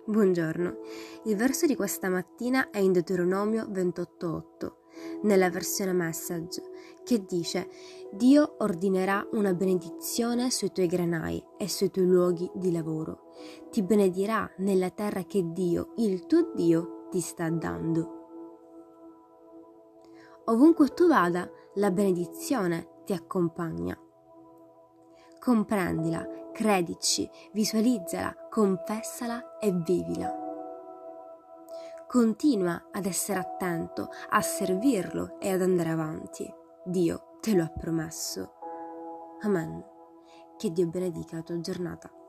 Buongiorno, il verso di questa mattina è in Deuteronomio 28:8, nella versione Message, che dice: Dio ordinerà una benedizione sui tuoi granai e sui tuoi luoghi di lavoro. Ti benedirà nella terra che Dio, il tuo Dio, ti sta dando. Ovunque tu vada, la benedizione ti accompagna. Comprendila, credici, visualizzala, confessala e vivila. Continua ad essere attento, a servirlo e ad andare avanti. Dio te lo ha promesso. Amen. Che Dio benedica la tua giornata.